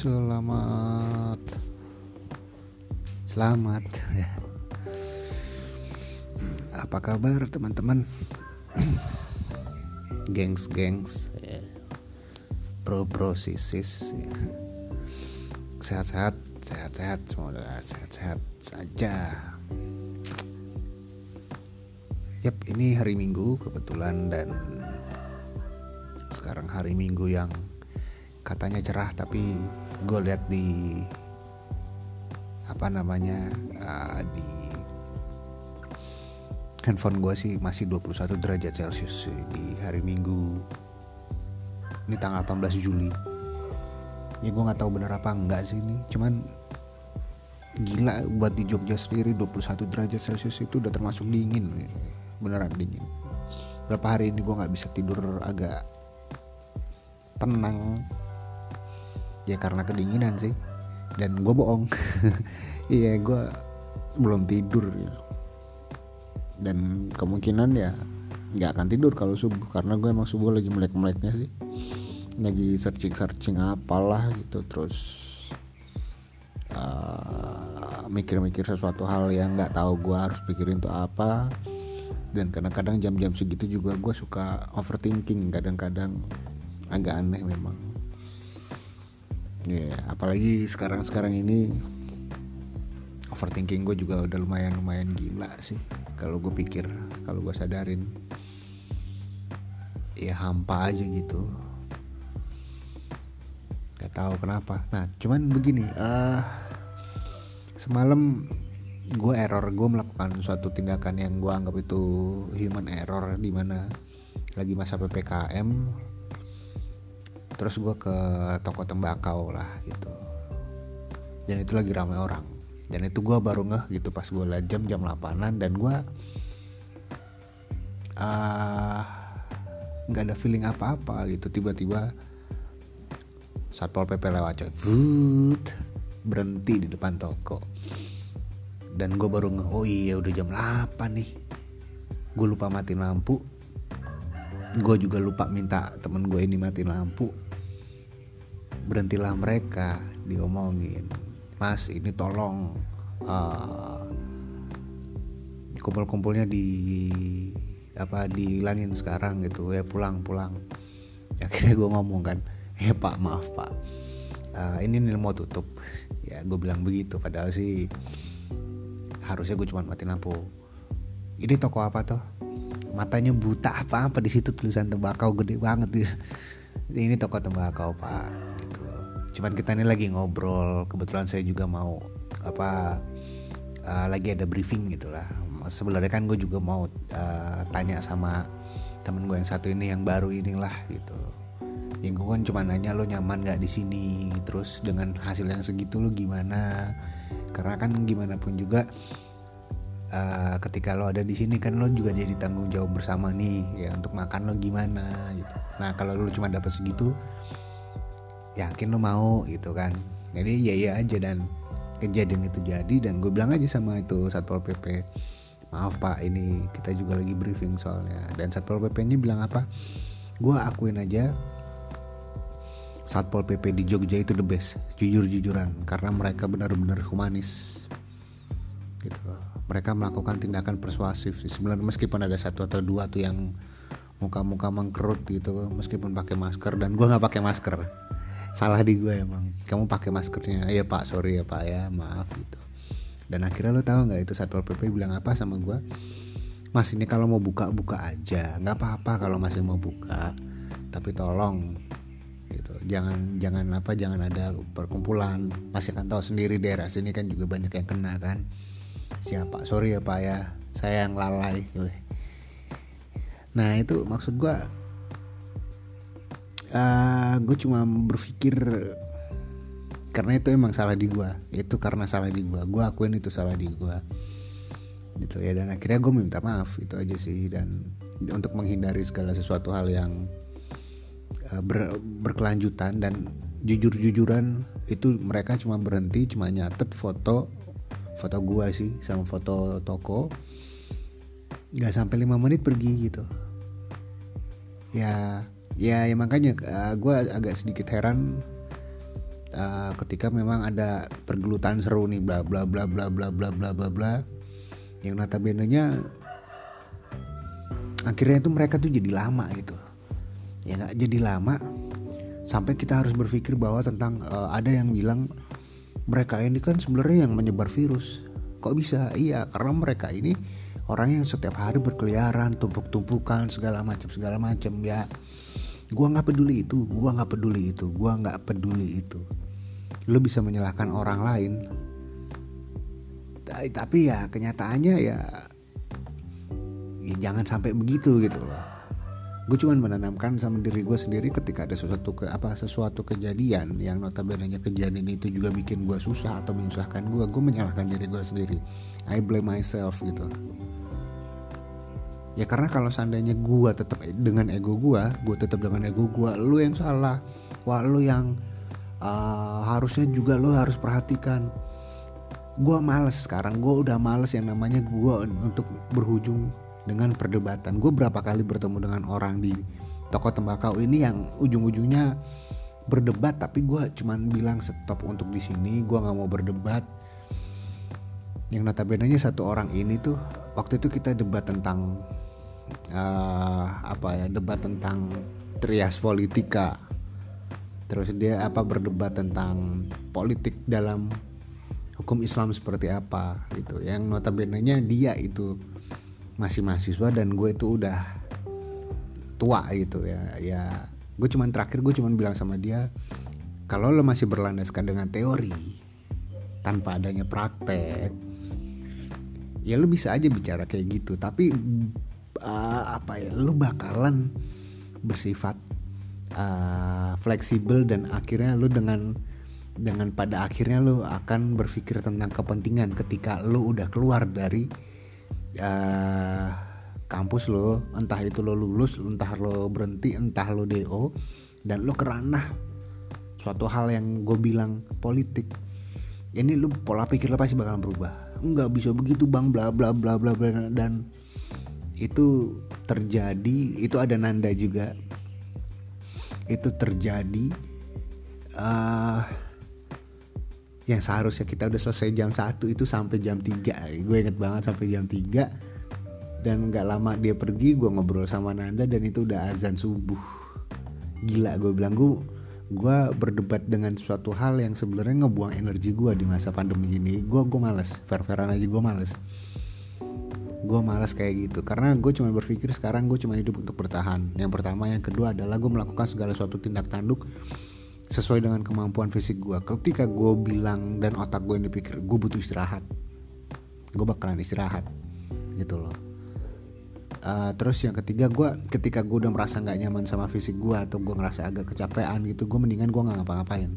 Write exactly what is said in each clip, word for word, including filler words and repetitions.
Selamat Selamat ya. Apa kabar teman-teman? Gengs-gengs ya. Bro-bro sisis ya. Sehat-sehat Sehat-sehat Semoga sehat-sehat saja. Yap, ini hari Minggu kebetulan. Dan sekarang hari Minggu yang katanya cerah, tapi gue lihat di apa namanya uh, di handphone gue sih masih dua puluh satu derajat Celcius di hari Minggu. Ini tanggal delapan belas Juli. Ya gue nggak tahu benar apa enggak sih ini. Cuman gila, buat di Jogja sendiri dua puluh satu derajat Celcius itu udah termasuk dingin. Beneran dingin. Berapa hari ini gue nggak bisa tidur agak tenang. Ya karena kedinginan sih. Dan gue bohong. Iya, gue belum tidur gitu. Dan kemungkinan ya gak akan tidur kalau subuh. Karena gue emang subuh lagi melek-meleknya sih. Lagi searching-searching apalah gitu. Terus uh, mikir-mikir sesuatu hal yang gak tahu gue harus pikirin tuh apa. Dan kadang-kadang jam-jam segitu juga gue suka overthinking. Kadang-kadang agak aneh memang. Ya, yeah, apalagi sekarang-sekarang ini overthinking gue juga udah lumayan-lumayan gila sih. Kalau gue pikir, kalau gue sadarin, ya hampa aja gitu. Gak tahu kenapa. Nah, cuman begini. Uh, semalam gue error, gue melakukan suatu tindakan yang gue anggap itu human error, di mana lagi masa P P K M. Terus gue ke toko tembakau lah gitu. Dan itu lagi ramai orang. Dan itu gue baru ngeh gitu pas gue liat jam jam delapanan. Dan gue uh, gak ada feeling apa-apa gitu. Tiba-tiba Satpol P P lewat coy. Vut, berhenti di depan toko. Dan gue baru ngeh, oh iya udah jam delapan nih. Gue lupa matiin lampu. Gue juga lupa minta temen gue ini matiin lampu. Berhentilah mereka, diomongin, mas ini tolong uh, kumpul-kumpulnya di apa dihilangin sekarang gitu ya, pulang-pulang. Akhirnya gue ngomong kan, eh pak maaf pak, uh, ini nih mau tutup. Ya gue bilang begitu, padahal sih harusnya gue cuma matiin lampu. Ini toko apa toh? Matanya buta apa-apa, di situ tulisan tembakau gede banget ya. Ini toko tembakau pak gitu. Cuman kita ini lagi ngobrol, kebetulan saya juga mau apa uh, lagi ada briefing gitulah. Sebenarnya kan gue juga mau uh, tanya sama temen gue yang satu ini yang baru inilah gitu. Yang gue kan cuma nanya, lo nyaman nggak di sini, terus dengan hasil yang segitu lo gimana? Karena kan gimana pun juga Uh, ketika lo ada di sini kan lo juga jadi tanggung jawab bersama nih ya, untuk makan lo gimana gitu. Nah kalau lo cuma dapat segitu, yakin lo mau gitu kan? Jadi ya ya aja. Dan kejadian itu jadi, dan gue bilang aja sama itu Satpol P P, maaf pak ini kita juga lagi briefing soalnya. Dan Satpol P P-nya bilang apa? Gue akuin aja Satpol P P di Jogja itu the best, jujur-jujuran, karena mereka benar-benar humanis gitu loh. Mereka melakukan tindakan persuasif sih. Sebenarnya meskipun ada satu atau dua tuh yang muka-muka mengkerut gitu, meskipun pakai masker, dan gue nggak pakai masker. Salah di gue emang. Kamu pakai maskernya, iya pak, sorry ya pak ya, maaf gitu. Dan akhirnya lo tahu nggak itu Satpol P P bilang apa sama gue? Mas ini kalau mau buka buka aja, nggak apa-apa kalau masih mau buka, tapi tolong gitu, jangan jangan apa jangan ada perkumpulan. Masih kan tahu sendiri daerah sini kan juga banyak yang kena kan. Siapa, sorry ya pak ya, saya yang lalai. Nah itu maksud gue, uh, gue cuma berpikir karena itu emang salah di gue, itu karena salah di gue, gue akuin itu salah di gue gitu ya. Dan akhirnya gue minta maaf, itu aja sih. Dan untuk menghindari segala sesuatu hal yang uh, ber, berkelanjutan dan jujur-jujuran, itu mereka cuma berhenti, cuma nyatet foto foto gua sih sama foto toko, nggak sampai lima menit pergi gitu ya. Ya, ya makanya uh, gue agak sedikit heran uh, ketika memang ada pergelutan seru nih bla bla bla bla bla bla bla bla bla yang notabene-nya akhirnya itu mereka tuh jadi lama gitu ya, nggak jadi lama sampai kita harus berpikir bahwa tentang uh, ada yang bilang mereka ini kan sebenarnya yang menyebar virus. Kok bisa? Iya, karena mereka ini orang yang setiap hari berkeliaran, tumpuk-tumpukan segala macam segala macam ya. Gua nggak peduli itu, gua nggak peduli itu, gua nggak peduli itu. Lu bisa menyalahkan orang lain, tapi ya kenyataannya ya, ya jangan sampai begitu gitu loh. Gue cuma menanamkan sama diri gue sendiri ketika ada sesuatu ke apa sesuatu kejadian yang notabene-nya kejadian itu juga bikin gue susah atau menyusahkan gue, gue menyalahkan diri gue sendiri. I blame myself gitu. Ya karena kalau seandainya gue tetap dengan ego gue, gue tetap dengan ego gue, lu yang salah, wah lu yang uh, harusnya juga lu harus perhatikan. Gue males sekarang, gue udah males yang namanya gue untuk berujung dengan perdebatan. Gue berapa kali bertemu dengan orang di toko tembakau ini yang ujung-ujungnya berdebat, tapi gue cuman bilang stop untuk di sini, gue nggak mau berdebat. Yang notabene-nya satu orang ini tuh waktu itu kita debat tentang uh, apa ya debat tentang trias politika, terus dia apa berdebat tentang politik dalam hukum Islam seperti apa gitu. Yang notabene-nya dia itu masih mahasiswa dan gue itu udah tua gitu ya. Ya gue cuman terakhir gue cuman bilang sama dia, kalau lo masih berlandaskan dengan teori tanpa adanya praktek, ya lo bisa aja bicara kayak gitu, tapi uh, apa ya lo bakalan bersifat uh, fleksibel dan akhirnya lo dengan dengan pada akhirnya lo akan berpikir tentang kepentingan ketika lo udah keluar dari Uh, kampus lo, entah itu lo lulus, entah lo berhenti, entah lo D O, dan lo keranah suatu hal yang gue bilang politik. Ini lo pola pikir lo pasti bakalan berubah. Nggak bisa begitu bang, bla bla bla bla bla. Dan itu terjadi, itu ada nanda juga. Itu terjadi uh, yang seharusnya kita udah selesai jam satu itu sampai jam tiga. Gue inget banget sampai jam tiga. Dan gak lama dia pergi, gue ngobrol sama Nanda dan itu udah azan subuh. Gila, gue bilang gue gue berdebat dengan suatu hal yang sebenarnya ngebuang energi gue di masa pandemi ini. Gue gue malas, fair-fairan aja gue malas. Gue malas kayak gitu karena gue cuma berpikir sekarang gue cuma hidup untuk bertahan. Yang pertama, yang kedua adalah gue melakukan segala suatu tindak tanduk sesuai dengan kemampuan fisik gue. Ketika gue bilang dan otak gue ini pikir gue butuh istirahat, gue bakalan istirahat gitu loh. Uh, terus yang ketiga, gue ketika gue udah merasa nggak nyaman sama fisik gue atau gue ngerasa agak kecapean gitu, gue mendingan gue nggak ngapa-ngapain.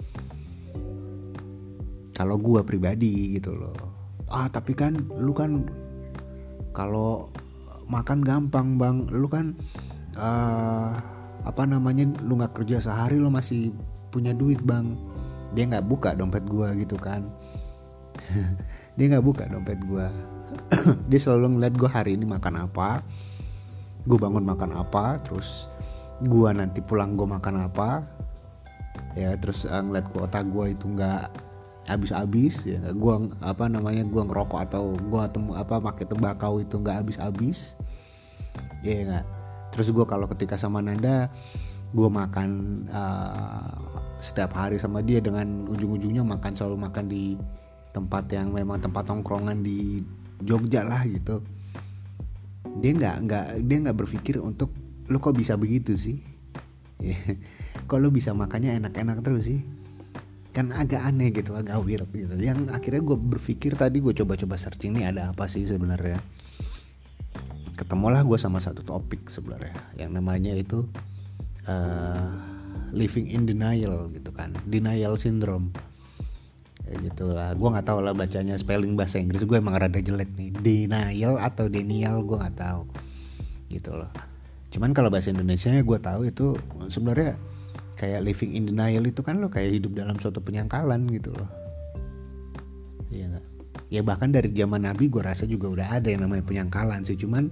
Kalau gue pribadi gitu loh. Ah tapi kan lu kan kalau makan gampang bang, lu kan uh, apa namanya lu nggak kerja sehari lu masih punya duit bang. Dia nggak buka dompet gue gitu kan. Dia nggak buka dompet gue. Dia selalu ngeliat gue hari ini makan apa, gue bangun makan apa, terus gue nanti pulang gue makan apa, ya terus uh, ngeliat kuota gue itu nggak habis-habis, ya gue apa namanya gue ngerokok atau gue temu apa pakai tembakau itu nggak habis-habis, ya nggak. Terus gue kalau ketika sama Nanda, gue makan uh, setiap hari sama dia dengan ujung-ujungnya makan selalu makan di tempat yang memang tempat tongkrongan di Jogja lah gitu. Dia nggak nggak dia nggak berpikir untuk lo kok bisa begitu sih, kok lo bisa makannya enak-enak terus sih, kan agak aneh gitu, agak weird gitu. Yang akhirnya gue berpikir tadi gue coba-coba searching nih ada apa sih sebenarnya. Ketemulah gue sama satu topik sebenarnya yang namanya itu uh, living in denial gitu kan, denial syndrome kayak gitulah. Gue nggak tahu lah bacanya spelling bahasa Inggris gue emang rada jelek nih, denial atau denial gue nggak tahu gitu loh. Cuman kalau bahasa Indonesianya gue tahu itu sebenarnya kayak living in denial itu kan lo kayak hidup dalam suatu penyangkalan gitu loh. Iya nggak? Ya bahkan dari zaman Nabi gue rasa juga udah ada yang namanya penyangkalan sih. Cuman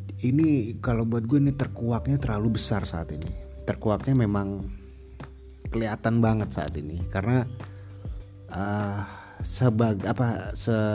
ini kalau buat gue ini terkuaknya terlalu besar saat ini. Terkuaknya memang kelihatan banget saat ini karena uh, sebag apa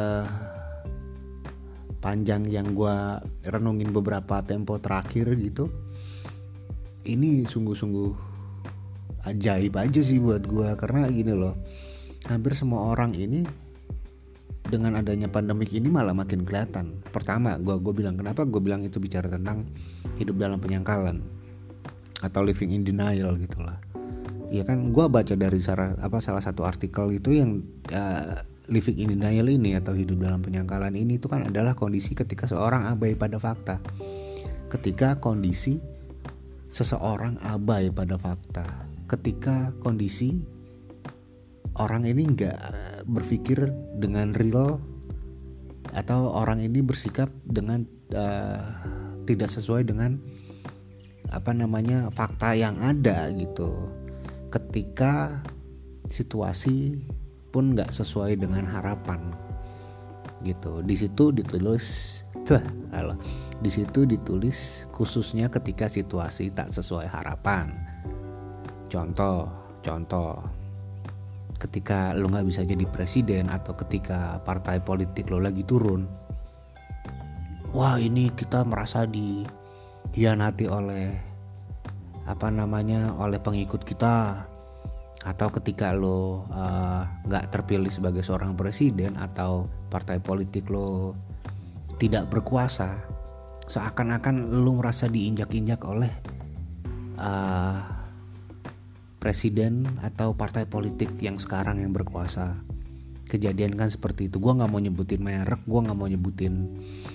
sepanjang yang gue renungin beberapa tempo terakhir gitu, ini sungguh-sungguh ajaib aja sih buat gue. Karena gini loh, hampir semua orang ini dengan adanya pandemik ini malah makin kelihatan. Pertama, gue gue bilang kenapa gue bilang itu bicara tentang hidup dalam penyangkalan atau living in denial gitulah. Ya kan, gue baca dari salah apa salah satu artikel itu yang uh, living in denial ini atau hidup dalam penyangkalan ini itu kan adalah kondisi ketika seorang abai pada fakta. Ketika kondisi seseorang abai pada fakta. Ketika kondisi orang ini nggak berpikir dengan real atau orang ini bersikap dengan uh, tidak sesuai dengan apa namanya fakta yang ada gitu. Ketika situasi pun nggak sesuai dengan harapan gitu. Di situ ditulis, tuh, alah, di situ ditulis khususnya ketika situasi tak sesuai harapan. Contoh, contoh. Ketika lo gak bisa jadi presiden atau ketika partai politik lo lagi turun, wah ini kita merasa dihianati oleh apa namanya oleh pengikut kita. Atau ketika lo uh, gak terpilih sebagai seorang presiden atau partai politik lo tidak berkuasa, seakan-akan lo merasa diinjak-injak oleh uh, presiden atau partai politik yang sekarang yang berkuasa. Kejadian kan seperti itu. Gue nggak mau nyebutin merek, gue nggak mau nyebutin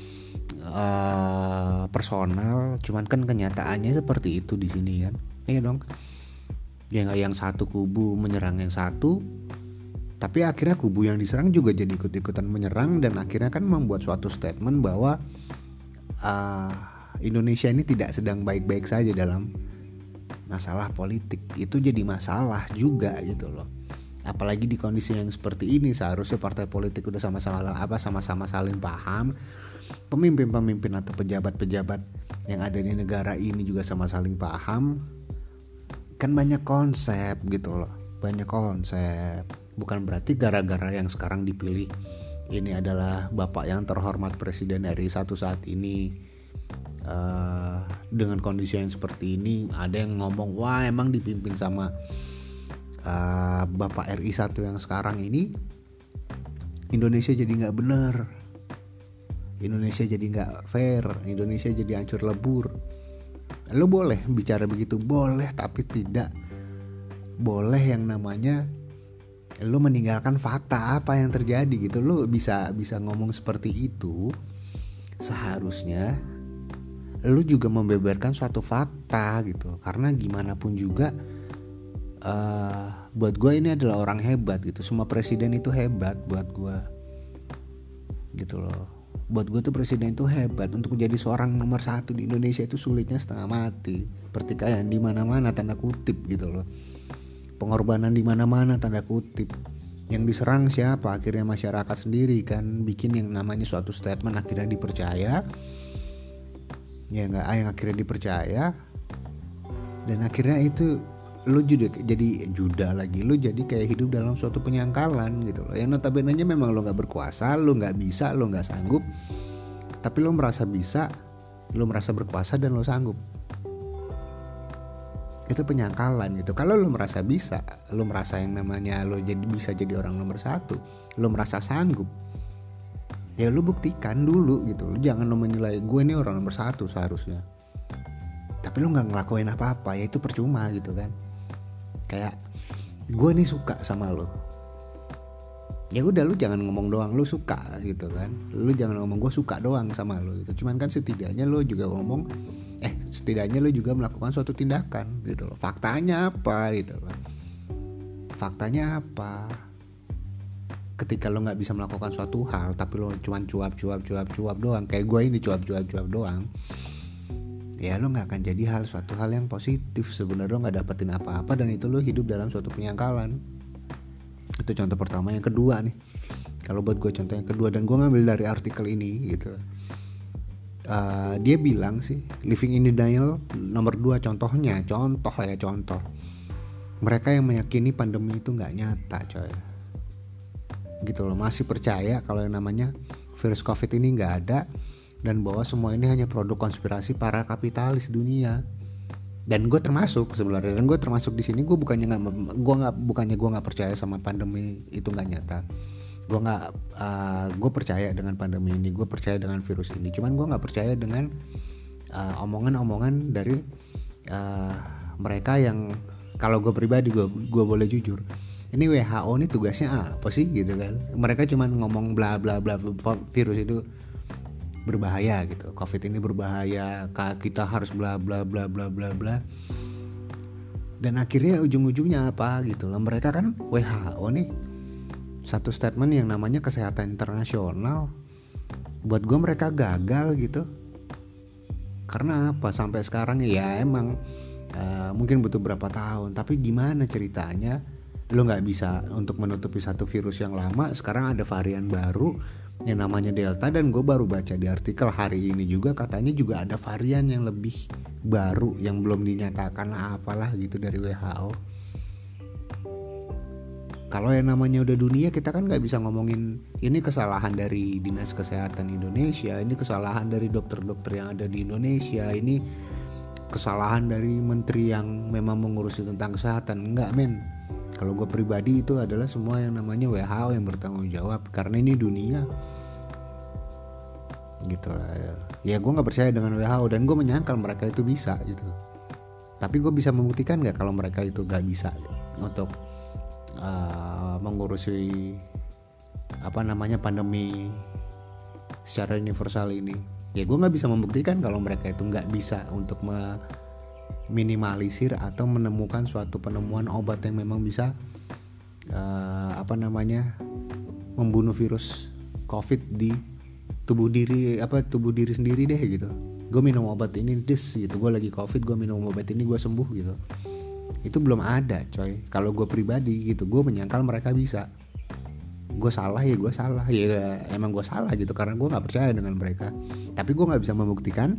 uh, personal, cuman kan kenyataannya seperti itu di sini kan. Iya dong. Ya nggak, yang satu kubu menyerang yang satu, tapi akhirnya kubu yang diserang juga jadi ikut-ikutan menyerang dan akhirnya kan membuat suatu statement bahwa uh, Indonesia ini tidak sedang baik-baik saja dalam masalah politik. Itu jadi masalah juga gitu loh. Apalagi di kondisi yang seperti ini, seharusnya partai politik udah sama-sama apa sama-sama saling paham. Pemimpin-pemimpin atau pejabat-pejabat yang ada di negara ini juga sama saling paham. Kan banyak konsep gitu loh. Banyak konsep. Bukan berarti gara-gara yang sekarang dipilih ini adalah bapak yang terhormat presiden R I satu saat ini, Uh, dengan kondisi yang seperti ini ada yang ngomong wah emang dipimpin sama uh, bapak R I satu yang sekarang ini Indonesia jadi gak bener, Indonesia jadi gak fair, Indonesia jadi hancur lebur. Lo boleh bicara begitu, boleh, tapi tidak boleh yang namanya lo meninggalkan fakta apa yang terjadi gitu. Lo bisa bisa ngomong seperti itu, seharusnya lu juga membeberkan suatu fakta gitu. Karena gimana pun juga uh, buat gue ini adalah orang hebat gitu. Semua presiden itu hebat buat gue gitu loh. Buat gue tuh presiden itu hebat. Untuk menjadi seorang nomor satu di Indonesia itu sulitnya setengah mati. Pertikaian di mana-mana tanda kutip gitu loh. Pengorbanan di mana-mana tanda kutip. Yang diserang siapa? Akhirnya masyarakat sendiri kan bikin yang namanya suatu statement akhirnya dipercaya. Ya nggak, yang akhirnya dipercaya dan akhirnya itu lu juga jadi juda lagi, lu jadi kayak hidup dalam suatu penyangkalan gitu loh. Yang notabene-nya memang lu nggak berkuasa, lu nggak bisa, lu nggak sanggup, tapi lu merasa bisa, lu merasa berkuasa dan lu sanggup. Itu penyangkalan gitu. Kalau lu merasa bisa, lu merasa yang namanya lu jadi bisa jadi orang nomor satu, lu merasa sanggup, ya lu buktikan dulu gitu. Lu jangan lu menilai gue ini orang nomor satu seharusnya, tapi lu nggak ngelakuin apa-apa, ya itu percuma gitu kan. Kayak gue nih suka sama lu, ya udah lu jangan ngomong doang lu suka gitu kan. Lu jangan ngomong gue suka doang sama lu gitu. Cuman kan setidaknya lu juga ngomong, eh setidaknya lu juga melakukan suatu tindakan gitu loh. Faktanya apa gitu loh. Faktanya apa? Ketika lo nggak bisa melakukan suatu hal tapi lo cuma cuap-cuap cuap-cuap doang, kayak gue ini cuap-cuap cuap doang, ya lo nggak akan jadi hal suatu hal yang positif. Sebenarnya lo nggak dapetin apa-apa dan itu lo hidup dalam suatu penyangkalan. Itu contoh pertama. Yang kedua nih, kalau buat gue contoh yang kedua, dan gue ngambil dari artikel ini gitu. Uh, dia bilang sih living in denial nomor dua contohnya, contoh ya contoh mereka yang meyakini pandemi itu nggak nyata coy, gitu loh, masih percaya kalau yang namanya virus covid ini nggak ada dan bahwa semua ini hanya produk konspirasi para kapitalis dunia. Dan gue termasuk sebenarnya, dan gue termasuk di sini. Gue bukannya nggak, gue nggak bukannya gue nggak percaya sama pandemi itu nggak nyata. Gue nggak, uh, gue percaya dengan pandemi ini, gue percaya dengan virus ini. Cuman gue nggak percaya dengan uh, omongan-omongan dari uh, mereka yang, kalau gue pribadi, gue gue boleh jujur, ini W H O ini tugasnya apa sih gitu kan? Mereka cuman ngomong bla bla bla, virus itu berbahaya gitu, covid ini berbahaya, kita harus bla bla bla bla bla bla. Dan akhirnya ujung-ujungnya apa gitu loh, mereka kan W H O nih, satu statement yang namanya kesehatan internasional, buat gue mereka gagal gitu. Karena apa? Sampai sekarang ya emang uh, mungkin butuh berapa tahun, tapi gimana ceritanya lo nggak bisa untuk menutupi satu virus yang lama. Sekarang ada varian baru yang namanya Delta, dan gue baru baca di artikel hari ini juga katanya juga ada varian yang lebih baru yang belum dinyatakan apalah gitu dari W H O. Kalau yang namanya udah dunia, kita kan nggak bisa ngomongin ini kesalahan dari Dinas Kesehatan Indonesia, ini kesalahan dari dokter-dokter yang ada di Indonesia, ini kesalahan dari menteri yang memang mengurusi tentang kesehatan. Enggak men, kalau gue pribadi itu adalah semua yang namanya W H O yang bertanggung jawab, karena ini dunia gitu lah ya. Ya gue nggak percaya dengan W H O, dan gue menyangkal mereka itu bisa gitu. Tapi gue bisa membuktikan nggak kalau mereka itu nggak bisa gitu, untuk uh, mengurusi apa namanya pandemi secara universal ini. Ya gue nggak bisa membuktikan kalau mereka itu nggak bisa untuk meminimalisir atau menemukan suatu penemuan obat yang memang bisa uh, apa namanya membunuh virus covid di tubuh diri apa tubuh diri sendiri deh gitu. Gue minum obat ini des gitu, gue lagi covid, gue minum obat ini gue sembuh gitu. Itu belum ada coy. Kalau gue pribadi gitu, gue menyangkal mereka bisa. Gue salah ya gue salah ya emang gue salah gitu, karena gue nggak percaya dengan mereka. Tapi gue nggak bisa membuktikan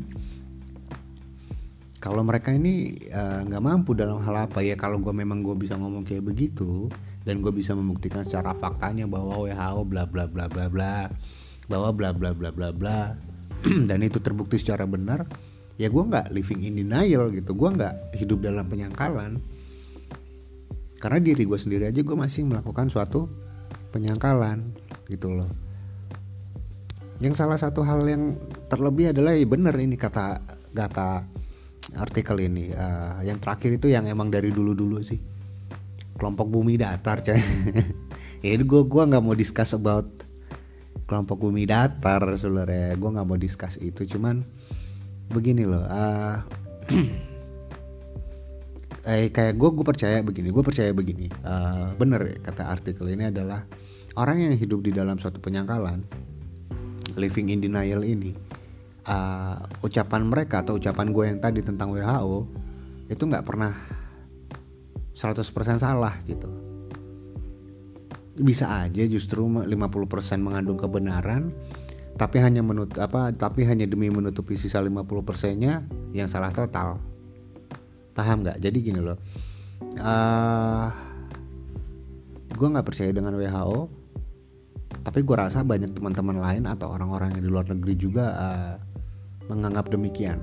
kalau mereka ini nggak uh, mampu dalam hal apa ya. Kalau gue memang gue bisa ngomong kayak begitu, dan gue bisa membuktikan secara faktanya bahwa W H O bla bla bla bla bla, bahwa bla bla bla bla bla dan itu terbukti secara benar, ya gue nggak living in denial gitu, gue nggak hidup dalam penyangkalan. Karena diri gue sendiri aja gue masih melakukan suatu penyangkalan gitu loh. Yang salah satu hal yang terlebih adalah ya benar ini kata kata artikel ini, uh, yang terakhir itu yang emang dari dulu-dulu sih, kelompok bumi datar coy. Ya gue gue nggak mau discuss about kelompok bumi datar sebenarnya, gue nggak mau discuss itu. Cuman begini loh, uh, eh kayak gue gue percaya begini, gue percaya begini, uh, bener kata artikel ini adalah orang yang hidup di dalam suatu penyangkalan, living in denial ini, uh, ucapan mereka atau ucapan gue yang tadi tentang W H O itu nggak pernah seratus persen salah gitu. Bisa aja justru lima puluh persen mengandung kebenaran, tapi hanya menut apa tapi hanya demi menutupi sisa lima puluh persennya yang salah total. Paham nggak? Jadi gini loh, uh, gue nggak percaya dengan W H O, tapi gue rasa banyak teman-teman lain atau orang-orang yang di luar negeri juga uh, menganggap demikian,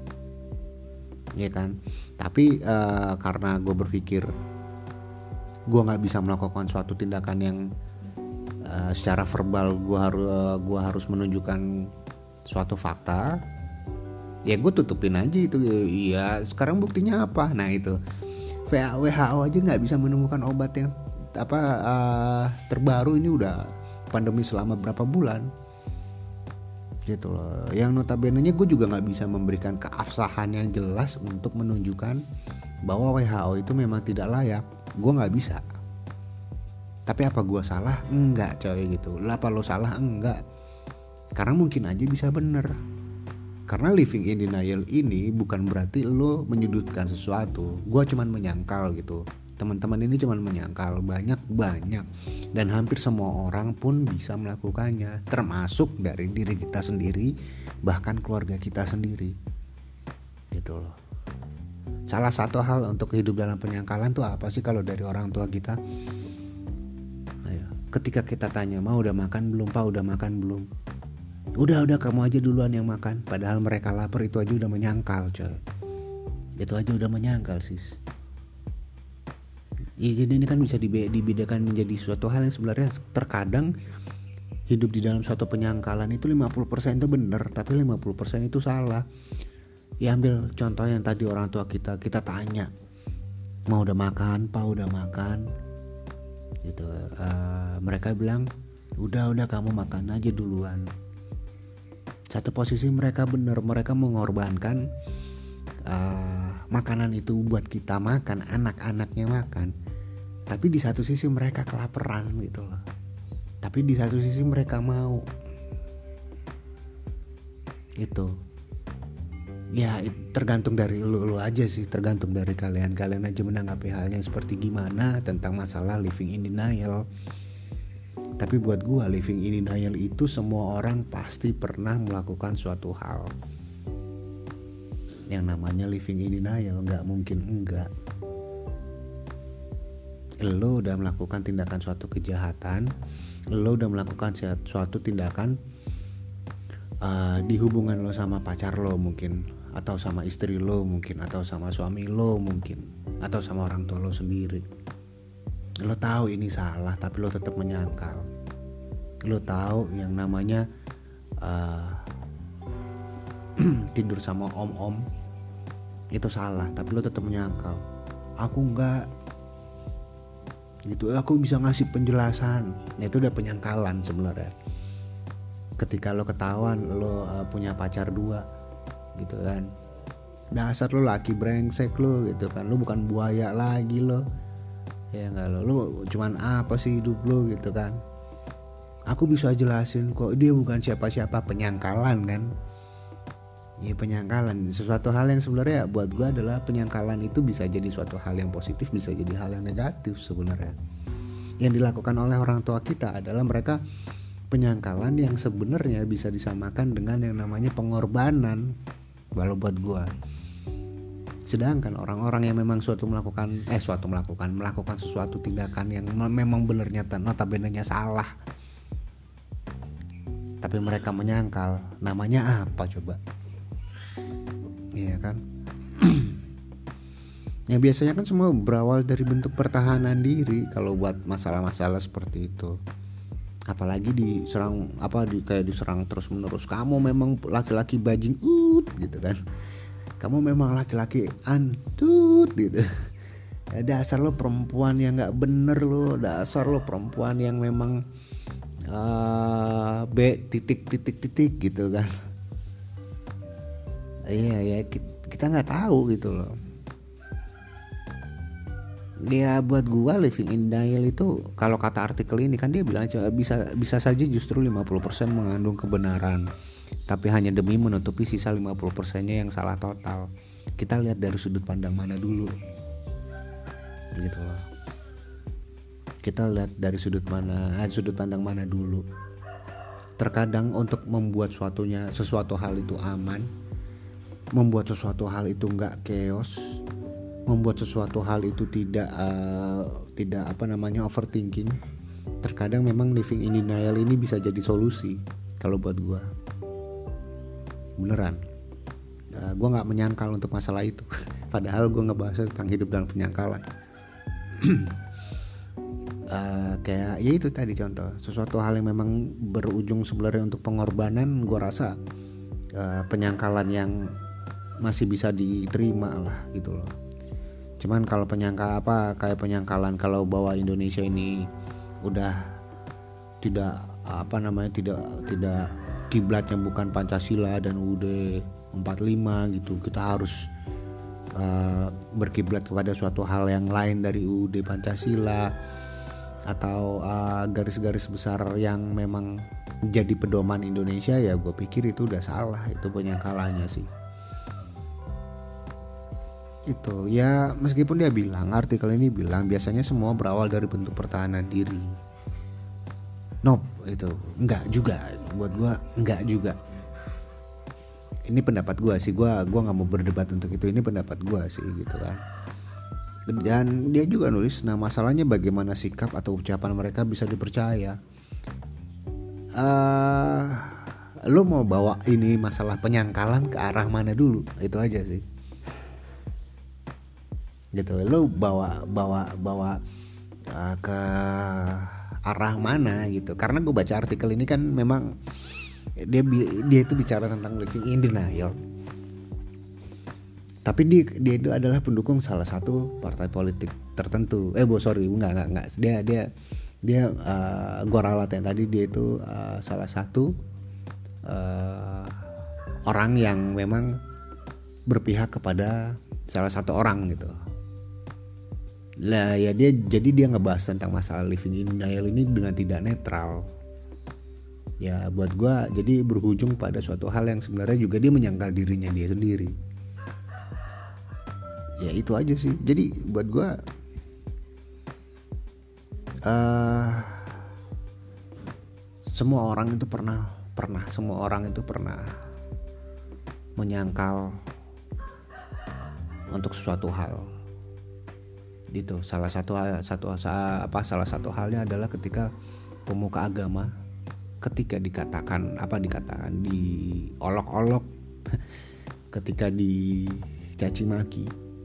ya kan? Tapi uh, karena gue berpikir gue nggak bisa melakukan suatu tindakan yang uh, secara verbal gue harus uh, gue harus menunjukkan suatu fakta, ya gue tutupin aja itu. Iya, sekarang buktinya apa? Nah itu W H O aja nggak bisa menemukan obat yang apa uh, terbaru, ini udah pandemi selama berapa bulan gitu loh. Yang notabene-nya gue juga nggak bisa memberikan keabsahan yang jelas untuk menunjukkan bahwa W H O itu memang tidak layak. Gue nggak bisa. Tapi apa gue salah? Enggak coy gitu. Lah apa lo salah? Enggak. Karena mungkin aja bisa bener. Karena living in denial ini bukan berarti lo menyudutkan sesuatu. Gue cuman menyangkal gitu. Teman-teman ini cuman menyangkal banyak-banyak. Dan hampir semua orang pun bisa melakukannya. Termasuk dari diri kita sendiri, bahkan keluarga kita sendiri. Gitu loh. Salah satu hal untuk hidup dalam penyangkalan tuh apa sih kalau dari orang tua kita? Ayo, ketika kita tanya, "Mau udah makan belum, Pak? Udah makan belum?" Udah, udah kamu aja duluan yang makan. Padahal mereka lapar, itu aja udah menyangkal, coy. Itu aja udah menyangkal, sis. Ya, jadi ini kan bisa dibedakan menjadi suatu hal yang sebenarnya terkadang hidup di dalam suatu penyangkalan itu lima puluh persen itu benar, tapi lima puluh persen itu salah. Ya ambil contoh yang tadi orang tua kita, kita tanya, "Mau udah makan, Pak? Udah makan?" Gitu. Uh, mereka bilang, "Udah, udah kamu makan aja duluan." Satu posisi mereka benar, mereka mengorbankan uh, makanan itu buat kita makan, anak-anaknya makan. Tapi di satu sisi mereka kelaparan gitu loh. Tapi di satu sisi mereka mau. Itu. Ya tergantung dari lu, lu aja sih, tergantung dari kalian. Kalian aja menanggapi halnya seperti gimana tentang masalah living in denial. Tapi buat gua living in denial itu semua orang pasti pernah melakukan suatu hal. Yang namanya living in denial, gak mungkin enggak. Lo udah melakukan tindakan suatu kejahatan, lo udah melakukan suatu tindakan uh, di hubungan lo sama pacar lo mungkin, atau sama istri lo mungkin, atau sama suami lo mungkin, atau sama orang tua lo sendiri. Lo tahu ini salah tapi lo tetap menyangkal. Lo tahu yang namanya uh, tidur sama om-om itu salah tapi lo tetap menyangkal. Aku enggak gitu, aku bisa ngasih penjelasan. Nah, itu udah penyangkalan sebenarnya. Ketika lo ketahuan lo uh, punya pacar dua gitu kan, dasar lo laki brengsek lo gitu kan, lo bukan buaya lagi lo. Ya enggak, lo, lo cuman apa sih hidup lo gitu kan. Aku bisa jelasin kok, dia bukan siapa-siapa. Penyangkalan kan. Ya penyangkalan, sesuatu hal yang sebenarnya buat gue adalah penyangkalan itu bisa jadi suatu hal yang positif, bisa jadi hal yang negatif sebenarnya. Yang dilakukan oleh orang tua kita adalah mereka penyangkalan yang sebenarnya bisa disamakan dengan yang namanya pengorbanan. Walau buat gue. Sedangkan orang-orang yang memang suatu melakukan eh suatu melakukan melakukan sesuatu tindakan yang memang benar nyata notabene-nya salah, tapi mereka menyangkal, namanya apa coba? Iya kan? Ya biasanya kan semua berawal dari bentuk pertahanan diri kalau buat masalah-masalah seperti itu. Apalagi diserang apa di kayak diserang terus-menerus. Kamu memang laki-laki bajing ut gitu kan. Kamu memang laki-laki antut gitu. Ya, dasar lo perempuan yang enggak bener lo, dasar lo perempuan yang memang uh, B titik titik titik gitu kan. Iya ya, kita nggak tahu gitu loh. Dia buat gua living in denial itu, kalau kata artikel ini kan dia bilang bisa bisa saja justru lima puluh persen mengandung kebenaran, tapi hanya demi menutupi sisa lima puluh persennya yang salah total. Kita lihat dari sudut pandang mana dulu. Gitu loh. Kita lihat dari sudut mana, sudut pandang mana dulu. Terkadang untuk membuat suatunya sesuatu hal itu aman, membuat sesuatu hal itu nggak chaos, membuat sesuatu hal itu tidak uh, tidak apa namanya overthinking. Terkadang memang living in denial ini bisa jadi solusi kalau buat gue. Beneran, uh, gue nggak menyangkal untuk masalah itu. Padahal gue ngebahas tentang hidup dalam penyangkalan. uh, kayak ya itu tadi contoh sesuatu hal yang memang berujung sebenarnya untuk pengorbanan. Gue rasa uh, penyangkalan yang masih bisa diterima lah gitu loh. Cuman kalau penyangka apa kayak penyangkalan kalau bahwa Indonesia ini udah tidak apa namanya tidak tidak kiblatnya bukan Pancasila dan U U D empat puluh lima gitu, kita harus uh, berkiblat kepada suatu hal yang lain dari U U D Pancasila atau uh, garis-garis besar yang memang jadi pedoman Indonesia. Ya gue pikir itu udah salah, itu penyangkalannya sih. Itu ya, meskipun dia bilang, artikel ini bilang biasanya semua berawal dari bentuk pertahanan diri. Nope, itu enggak juga buat gua, enggak juga. ini pendapat gue sih, gue gue nggak mau berdebat untuk itu, ini pendapat gue sih gitu kan. Dan dia juga nulis, nah masalahnya bagaimana sikap atau ucapan mereka bisa dipercaya. Uh, lo mau bawa ini masalah penyangkalan ke arah mana dulu, itu aja sih. Gitu, lo bawa bawa bawa uh, ke arah mana gitu. Karena gue baca artikel ini kan memang dia dia itu bicara tentang living in denial. Tapi dia dia itu adalah pendukung salah satu partai politik tertentu. Eh, bo sorry, enggak enggak enggak. Dia dia dia uh, gue ralat yang tadi dia itu uh, salah satu uh, orang yang memang berpihak kepada salah satu orang gitu. Lah ya dia jadi dia ngebahas tentang masalah living in denial ini dengan tidak netral. Ya buat gue jadi berujung pada suatu hal yang sebenarnya juga dia menyangkal dirinya dia sendiri. Ya itu aja sih. Jadi buat gue uh, semua orang itu pernah pernah semua orang itu pernah menyangkal untuk sesuatu hal. Gitu. Salah satu satu apa salah satu halnya adalah ketika pemuka agama ketika dikatakan apa dikatakan diolok-olok, ketika dicaci maki,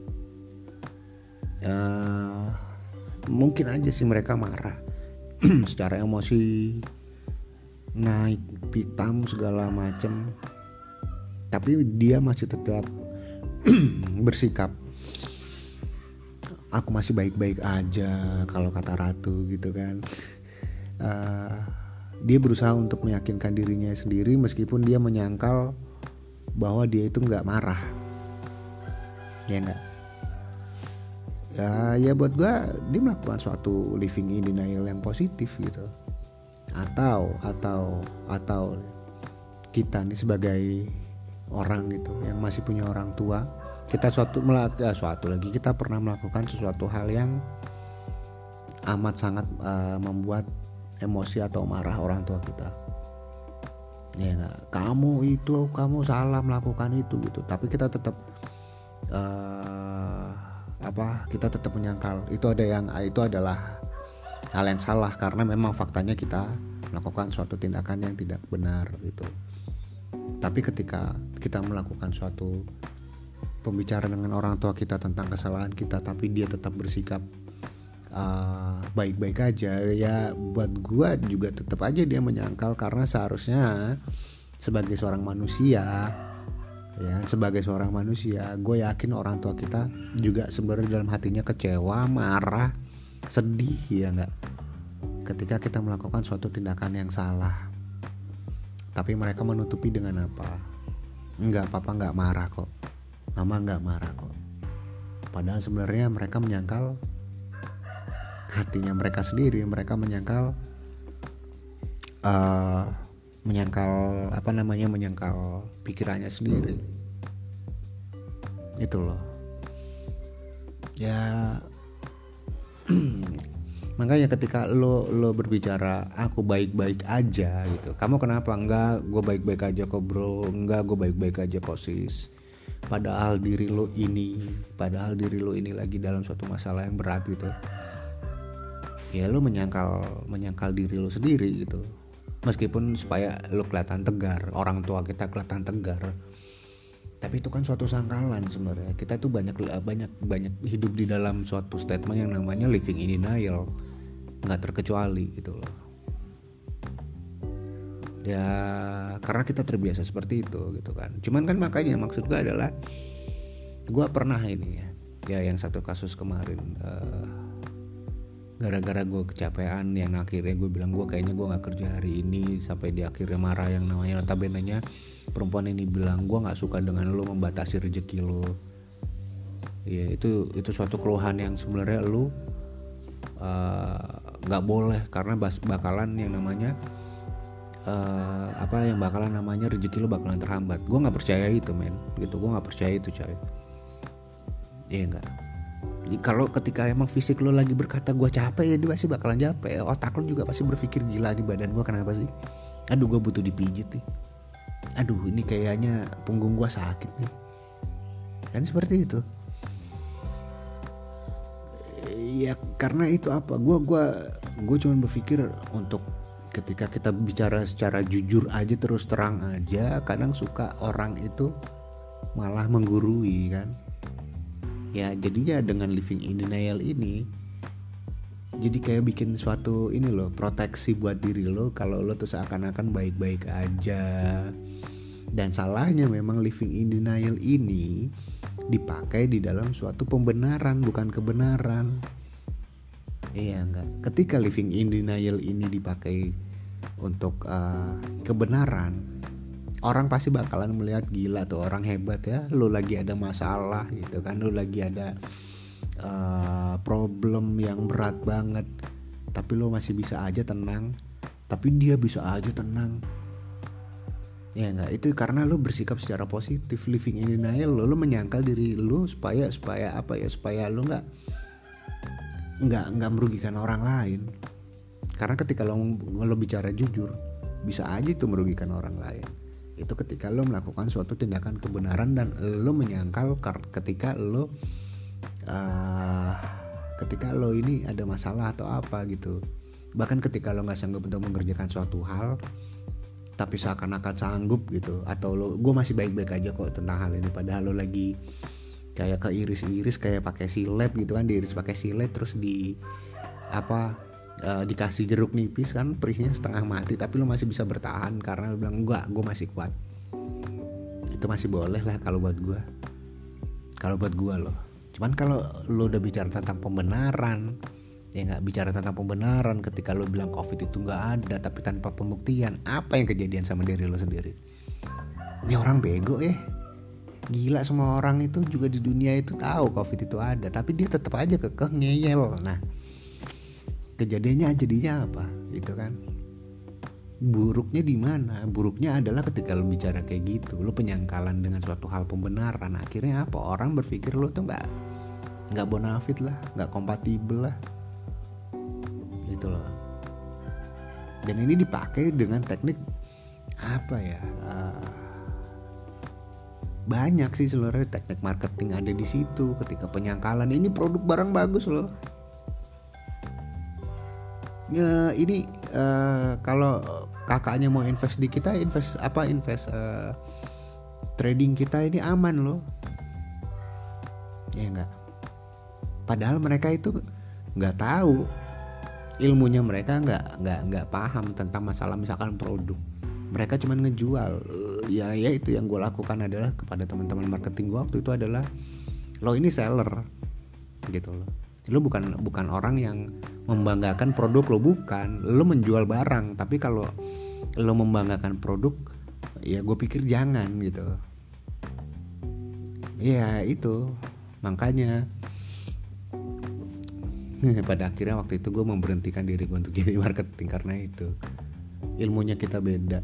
uh, mungkin aja sih mereka marah, secara emosi naik pitam segala macem, tapi dia masih tetap bersikap aku masih baik-baik aja kalau kata Ratu gitu kan. Uh, dia berusaha untuk meyakinkan dirinya sendiri meskipun dia menyangkal bahwa dia itu nggak marah, ya nggak. Ya, ya buat gue dia melakukan suatu living in denial yang positif gitu. Atau atau atau kita nih sebagai orang gitu yang masih punya orang tua, kita suatu melakukan suatu lagi kita pernah melakukan sesuatu hal yang amat sangat uh, membuat emosi atau marah orang tua kita. Ya enggak, kamu itu kamu salah melakukan itu gitu. Tapi kita tetap uh, apa? Kita tetap menyangkal itu ada yang itu adalah hal yang salah karena memang faktanya kita melakukan suatu tindakan yang tidak benar gitu. Tapi ketika kita melakukan suatu pembicaraan dengan orang tua kita tentang kesalahan kita, tapi dia tetap bersikap uh, baik-baik aja, ya buat gua juga tetap aja dia menyangkal karena seharusnya sebagai seorang manusia, ya sebagai seorang manusia, gue yakin orang tua kita juga sebenarnya dalam hatinya kecewa, marah, sedih, ya nggak? Ketika kita melakukan suatu tindakan yang salah. Tapi mereka menutupi dengan apa? Enggak, papa enggak marah kok, mama enggak marah kok. Padahal sebenarnya mereka menyangkal hatinya mereka sendiri. Mereka menyangkal uh, Menyangkal apa namanya Menyangkal pikirannya sendiri. Itu loh. Ya makanya ketika lo lo berbicara aku baik-baik aja gitu, kamu kenapa? Enggak, gue baik-baik aja kok bro, enggak gue baik-baik aja kok sis. Padahal diri lo ini, padahal diri lo ini lagi dalam suatu masalah yang berat gitu. Ya lo menyangkal menyangkal diri lo sendiri gitu. Meskipun supaya lo kelihatan tegar, orang tua kita kelihatan tegar. Tapi itu kan suatu sangkalan sebenarnya. Kita tuh banyak banyak banyak hidup di dalam suatu statement yang namanya living in denial, nggak terkecuali gitu loh. Ya karena kita terbiasa seperti itu gitu kan. Cuman kan makanya maksud gue adalah gue pernah ini ya, ya yang satu kasus kemarin uh, gara-gara gue kecapean yang akhirnya gue bilang gue kayaknya gue nggak kerja hari ini, sampai di akhirnya marah yang namanya notabene-nya perempuan ini bilang gue nggak suka dengan lo membatasi rezeki lo. Ya itu itu suatu keluhan yang sebenarnya lo nggak uh, boleh karena bas, bakalan yang namanya uh, apa yang bakalan namanya rezeki lo bakalan terhambat. Gue nggak percaya itu men, gitu. Gue nggak percaya itu coy. Iya nggak. Kalau ketika emang fisik lo lagi berkata gue capek, ya dia pasti bakalan capek. Otak lo juga pasti berpikir gila di badan gue kenapa sih? Aduh gue butuh dipijit nih. aduh ini kayaknya punggung gua sakit nih, kan seperti itu. Ya karena itu apa, gua gua gue cuman berpikir untuk ketika kita bicara secara jujur aja, terus terang aja, kadang suka orang itu malah menggurui kan. Ya jadinya dengan living in denial ini jadi kayak bikin suatu ini loh, proteksi buat diri lo kalau lo tuh seakan-akan baik-baik aja. Dan salahnya memang living in denial ini dipakai di dalam suatu pembenaran, bukan kebenaran. Iya enggak? Ketika living in denial ini dipakai untuk uh, kebenaran, orang pasti bakalan melihat gila tuh orang hebat ya, lu lagi ada masalah gitu kan, lu lagi ada uh, problem yang berat banget, tapi lu masih bisa aja tenang, tapi dia bisa aja tenang. Ya enggak, itu karena lu bersikap secara positif. Living in denial, lu, lu menyangkal diri lu supaya supaya apa ya, supaya lu enggak nggak nggak merugikan orang lain. Karena ketika lo, lo bicara jujur, bisa aja itu merugikan orang lain. Itu ketika lo melakukan suatu tindakan kebenaran dan lo menyangkal ketika lo uh, ketika lo ini ada masalah atau apa gitu. Bahkan ketika lo nggak sanggup untuk mengerjakan suatu hal, tapi seakan-akan sanggup gitu, atau lo, gue masih baik-baik aja kok tentang hal ini, padahal lo lagi kayak keiris-iris, kayak pakai silet gitu kan, diiris pakai silet terus di apa e, dikasih jeruk nipis kan, perihnya setengah mati, tapi lo masih bisa bertahan karena lo bilang enggak, gue masih kuat. Itu masih boleh lah kalau buat gue, kalau buat gue loh. Cuman kalau lo udah bicara tentang pembenaran, ya nggak, bicara tentang pembenaran ketika lo bilang covid itu nggak ada tapi tanpa pembuktian, apa yang kejadian sama diri lo sendiri? Ini orang bego ya. Gila, semua orang itu juga di dunia itu tahu covid itu ada, tapi dia tetap aja kekeh ngeyel. Nah, kejadiannya jadinya apa? Gitu kan. Buruknya di mana? Buruknya adalah ketika lo bicara kayak gitu, lo penyangkalan dengan suatu hal pembenaran. Akhirnya apa? Orang berpikir lo tuh nggak nggak bonafit lah, nggak kompatibel lah. Gitu loh. Dan ini dipakai dengan teknik apa ya? Uh, banyak sih seluruh teknik marketing ada di situ. Ketika penyangkalan, ini produk barang bagus loh. Ya, ini uh, kalau kakaknya mau invest di kita, invest apa invest uh, trading kita ini aman loh. Ya enggak. Padahal mereka itu nggak tahu, ilmunya mereka nggak nggak nggak paham tentang masalah misalkan produk. Mereka cuma ngejual. Ya ya itu yang gue lakukan adalah kepada teman-teman marketing gue waktu itu adalah, lo ini seller gitu loh. Lo bukan bukan orang yang membanggakan produk lo, bukan. Lo menjual barang, tapi kalau lo membanggakan produk, ya gue pikir jangan gitu. Ya itu makanya pada akhirnya waktu itu gue memberhentikan diri gue untuk jadi marketing karena itu ilmunya kita beda.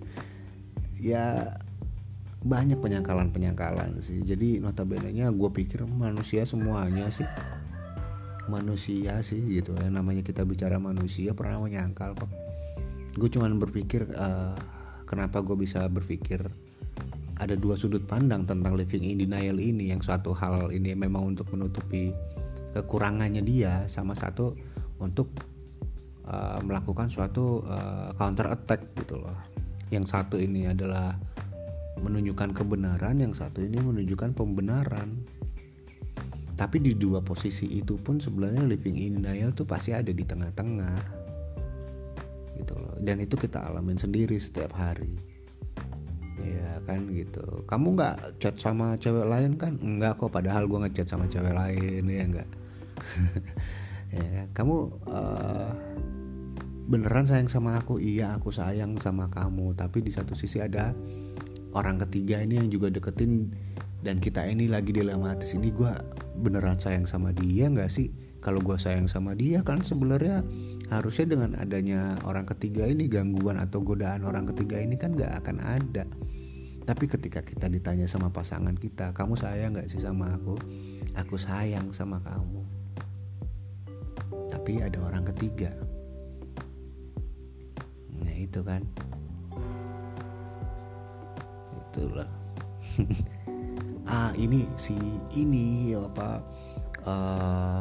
Ya banyak penyangkalan-penyangkalan sih. Jadi notabene-nya gue pikir manusia semuanya sih manusia sih gitu ya. Namanya kita bicara manusia pernah menyangkal kok. Gue cuman berpikir uh, kenapa gue bisa berpikir ada dua sudut pandang tentang living in denial ini. Yang suatu hal ini memang untuk menutupi kekurangannya dia, sama satu untuk uh, melakukan suatu uh, counter attack gitu loh. Yang satu ini adalah menunjukkan kebenaran, yang satu ini menunjukkan pembenaran. Tapi di dua posisi itu pun sebenarnya living in denial tuh pasti ada di tengah-tengah gitu loh. Dan itu kita alamin sendiri setiap hari. Ya kan gitu. Kamu gak chat sama cewek lain kan? Enggak kok, padahal gue ngechat sama cewek lain, ya enggak. Ya kan? Kamu uh, beneran sayang sama aku? Iya, aku sayang sama kamu. Tapi di satu sisi ada orang ketiga ini yang juga deketin, dan kita ini lagi dilematis. Ini gue beneran sayang sama dia gak sih? Kalau gue sayang sama dia kan sebenarnya harusnya dengan adanya orang ketiga ini, gangguan atau godaan orang ketiga ini kan gak akan ada. Tapi ketika kita ditanya sama pasangan kita, kamu sayang gak sih sama aku? Aku sayang sama kamu. Tapi ada orang ketiga. Nah itu kan. gitu loh. Ah ini si ini apa uh,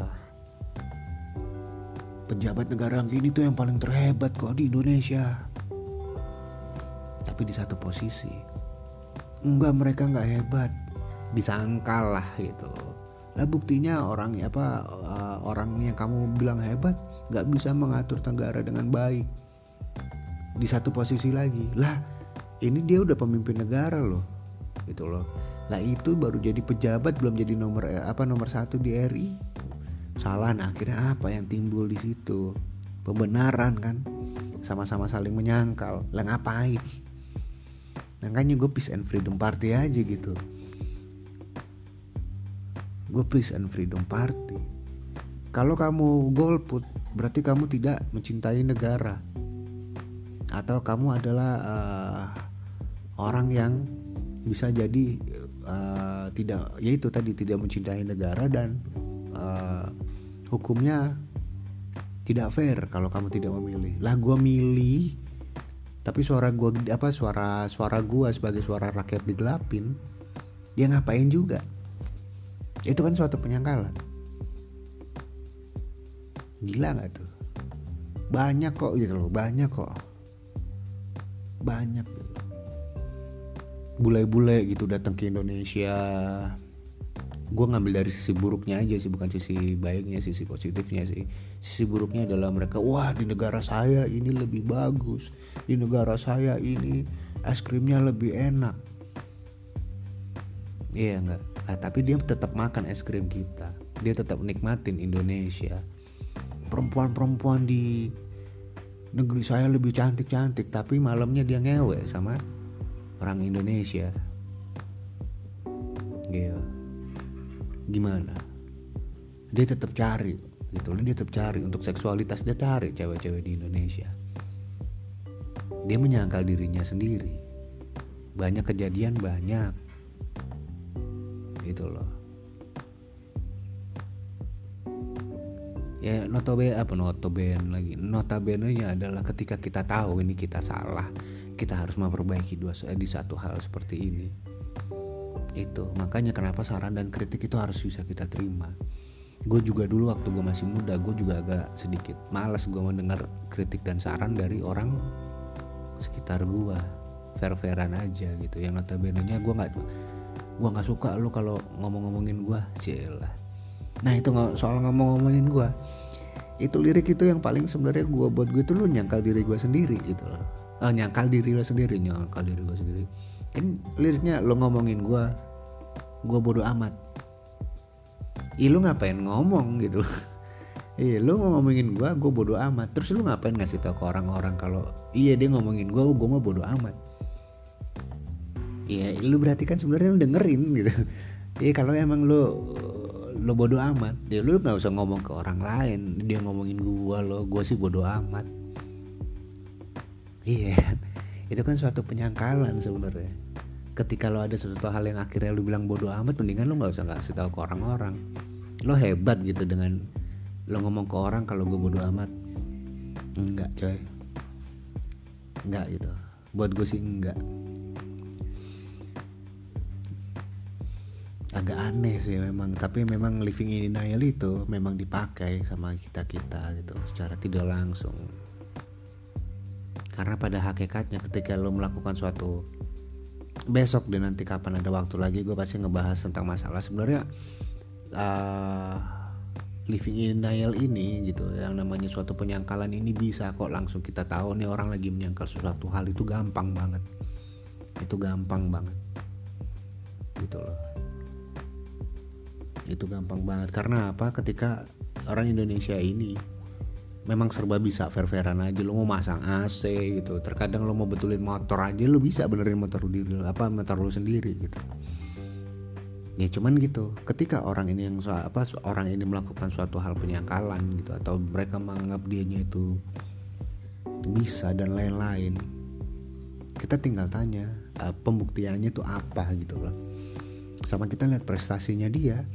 pejabat negara gini tuh yang paling terhebat kok di Indonesia. Tapi di satu posisi enggak, mereka nggak hebat, disangkal lah gitu. Lah buktinya orang apa uh, orang yang kamu bilang hebat nggak bisa mengatur negara dengan baik. Di satu posisi lagi lah, ini dia udah pemimpin negara loh, gitu loh. Lah itu baru jadi pejabat, belum jadi nomor apa nomor satu di R I. Salah, nah akhirnya apa yang timbul di situ? Pembenaran kan, sama-sama saling menyangkal. Lah ngapain? Makanya gue peace and freedom party aja gitu. Gue peace and freedom party. Kalau kamu golput, berarti kamu tidak mencintai negara, atau kamu adalah uh, orang yang bisa jadi uh, tidak, yaitu tadi tidak mencintai negara dan uh, hukumnya tidak fair kalau kamu tidak memilih. Lah gue milih, tapi suara gue apa suara suara gue sebagai suara rakyat digelapin, dia ngapain juga? Itu kan suatu penyangkalan. Gila nggak tuh? Banyak kok gitu loh, banyak kok, banyak. Bule-bule gitu datang ke Indonesia. Gue ngambil dari sisi buruknya aja sih, bukan sisi baiknya, sisi positifnya sih. Sisi buruknya adalah mereka, wah di negara saya ini lebih bagus, di negara saya ini es krimnya lebih enak. Iya enggak? Nah, tapi dia tetap makan es krim kita, dia tetap nikmatin Indonesia. Perempuan-perempuan di negeri saya lebih cantik-cantik, tapi malamnya dia ngewe sama orang Indonesia. Gitu. Gimana? Dia tetap cari gitu, dia tetap cari untuk seksualitas, dia cari cewek-cewek di Indonesia. Dia menyangkal dirinya sendiri. Banyak kejadian, banyak gitu loh. Ya notabene apa notabene lagi notabene-nya adalah ketika kita tahu ini kita salah, kita harus memperbaiki dua di satu hal seperti ini. Itu makanya kenapa saran dan kritik itu harus bisa kita terima. Gue juga dulu waktu gue masih muda, gue juga agak sedikit malas gue mendengar kritik dan saran dari orang sekitar gue, fair-fairan aja gitu. Yang notabene-nya gue nggak gue nggak suka lu kalau ngomong-ngomongin gue, celah. Nah itu soal ngomong-ngomongin gue, itu lirik itu yang paling sebenarnya gue buat gue itu lu nyangkal diri gue sendiri gitu loh. Oh, nyangkal diri lo sendiri, nyangkal diri gue sendiri. Kan liriknya lo ngomongin gue, gue bodo amat. Ih lu ngapain ngomong gitu. Iya lu mau ngomongin gue, gue bodo amat. Terus lu ngapain ngasih tau ke orang-orang kalau iya dia ngomongin gue, gue mah bodo amat. Iya lu berarti kan sebenarnya lu dengerin gitu. Iya kalau emang lu lo bodo amat, ya lu nggak usah ngomong ke orang lain. Dia ngomongin gue lo, gue sih bodo amat. Iya, itu kan suatu penyangkalan sebenarnya. Ketika lo ada sesuatu hal yang akhirnya lo bilang bodo amat, mendingan lo nggak usah ngasih tahu ke orang-orang. Lo hebat gitu dengan lo ngomong ke orang kalau gue bodo amat. Enggak coy, enggak gitu. Buat gue sih enggak. Agak aneh sih memang, tapi memang living in denial itu memang dipakai sama kita-kita gitu secara tidak langsung. Karena pada hakikatnya ketika lo melakukan suatu, besok dan nanti kapan ada waktu lagi gue pasti ngebahas tentang masalah sebenarnya uh, living in denial ini gitu, yang namanya suatu penyangkalan ini bisa kok langsung kita tahu nih orang lagi menyangkal suatu hal. Itu gampang banget, itu gampang banget gitu loh. Itu gampang banget karena apa? Ketika orang Indonesia ini memang serba bisa, fair-fairan aja. Lo mau masang A C gitu, terkadang lo mau betulin motor aja lo bisa benerin motor diri apa motor lo sendiri gitu. Ya cuman gitu, ketika orang ini yang apa orang ini melakukan suatu hal penyangkalan gitu, atau mereka menganggap dianya itu bisa dan lain-lain, kita tinggal tanya uh, pembuktiannya itu apa gitu loh. Sama kita lihat prestasinya dia.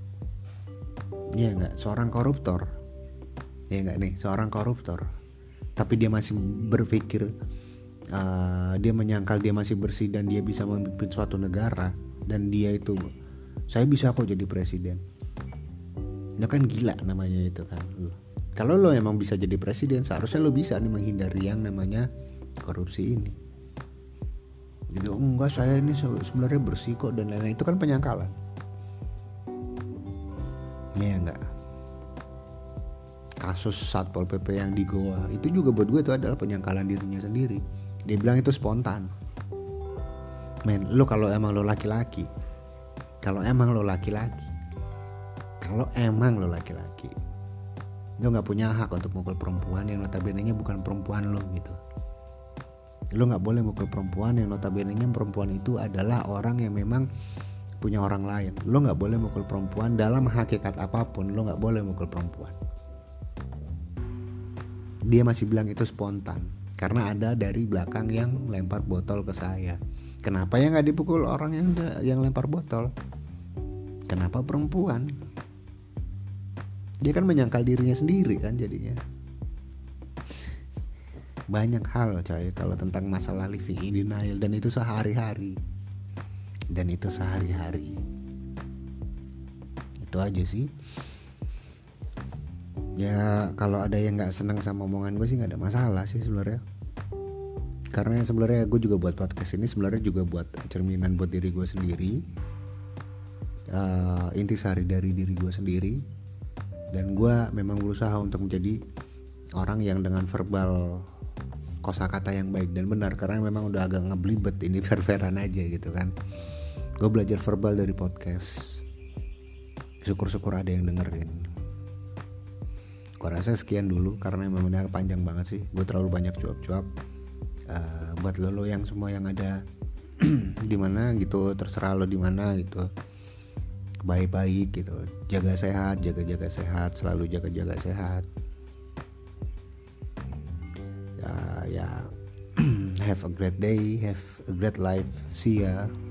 Ya enggak, seorang koruptor. Ya enggak nih, seorang koruptor. Tapi dia masih berpikir uh, dia menyangkal dia masih bersih dan dia bisa memimpin suatu negara, dan dia itu, saya bisa kok jadi presiden. Itu kan gila namanya itu kan. Kalau lo emang bisa jadi presiden, seharusnya lo bisa nih menghindari yang namanya korupsi ini. Gitu, enggak, saya ini sebenarnya bersih kok dan lain-lain. Itu kan penyangkalan. Ya enggak. Kasus Satpol P P yang di Goa itu juga buat gue itu adalah penyangkalan dirinya sendiri. Dia bilang itu spontan. Men, lo kalau emang lo laki-laki, kalau emang lo laki-laki, kalau emang lo laki-laki, lo nggak punya hak untuk mukul perempuan yang notabene-nya bukan perempuan lo gitu. Lo nggak boleh mukul perempuan yang notabene-nya perempuan itu adalah orang yang memang punya orang lain. Lo nggak boleh mukul perempuan dalam hakikat apapun. Lo nggak boleh mukul perempuan. Dia masih bilang itu spontan karena ada dari belakang yang lempar botol ke saya. Kenapa ya nggak dipukul orang yang yang lempar botol? Kenapa perempuan? Dia kan menyangkal dirinya sendiri kan jadinya. Banyak hal coy kalau tentang masalah living in denial, dan itu sehari-hari. Dan itu sehari-hari. Itu aja sih. Ya kalau ada yang gak senang sama omongan gue sih gak ada masalah sih sebenarnya. Karena sebenarnya gue juga buat podcast ini sebenarnya juga buat cerminan buat diri gue sendiri. uh, Intisari dari diri gue sendiri. Dan gue memang berusaha untuk menjadi orang yang dengan verbal kosakata yang baik dan benar, karena memang udah agak ngeblibet ini fair-fairan aja gitu kan. Gue belajar verbal dari podcast. Syukur-syukur ada yang dengerin. Gue rasa sekian dulu karena memang udah panjang banget sih. Gue terlalu banyak cuap-cuap. uh, Buat lo, lo yang semua yang ada di mana gitu, terserah lo di mana gitu. Baik-baik gitu, jaga sehat, jaga-jaga sehat, selalu jaga-jaga sehat. Ya, ya, have a great day, have a great life. See ya.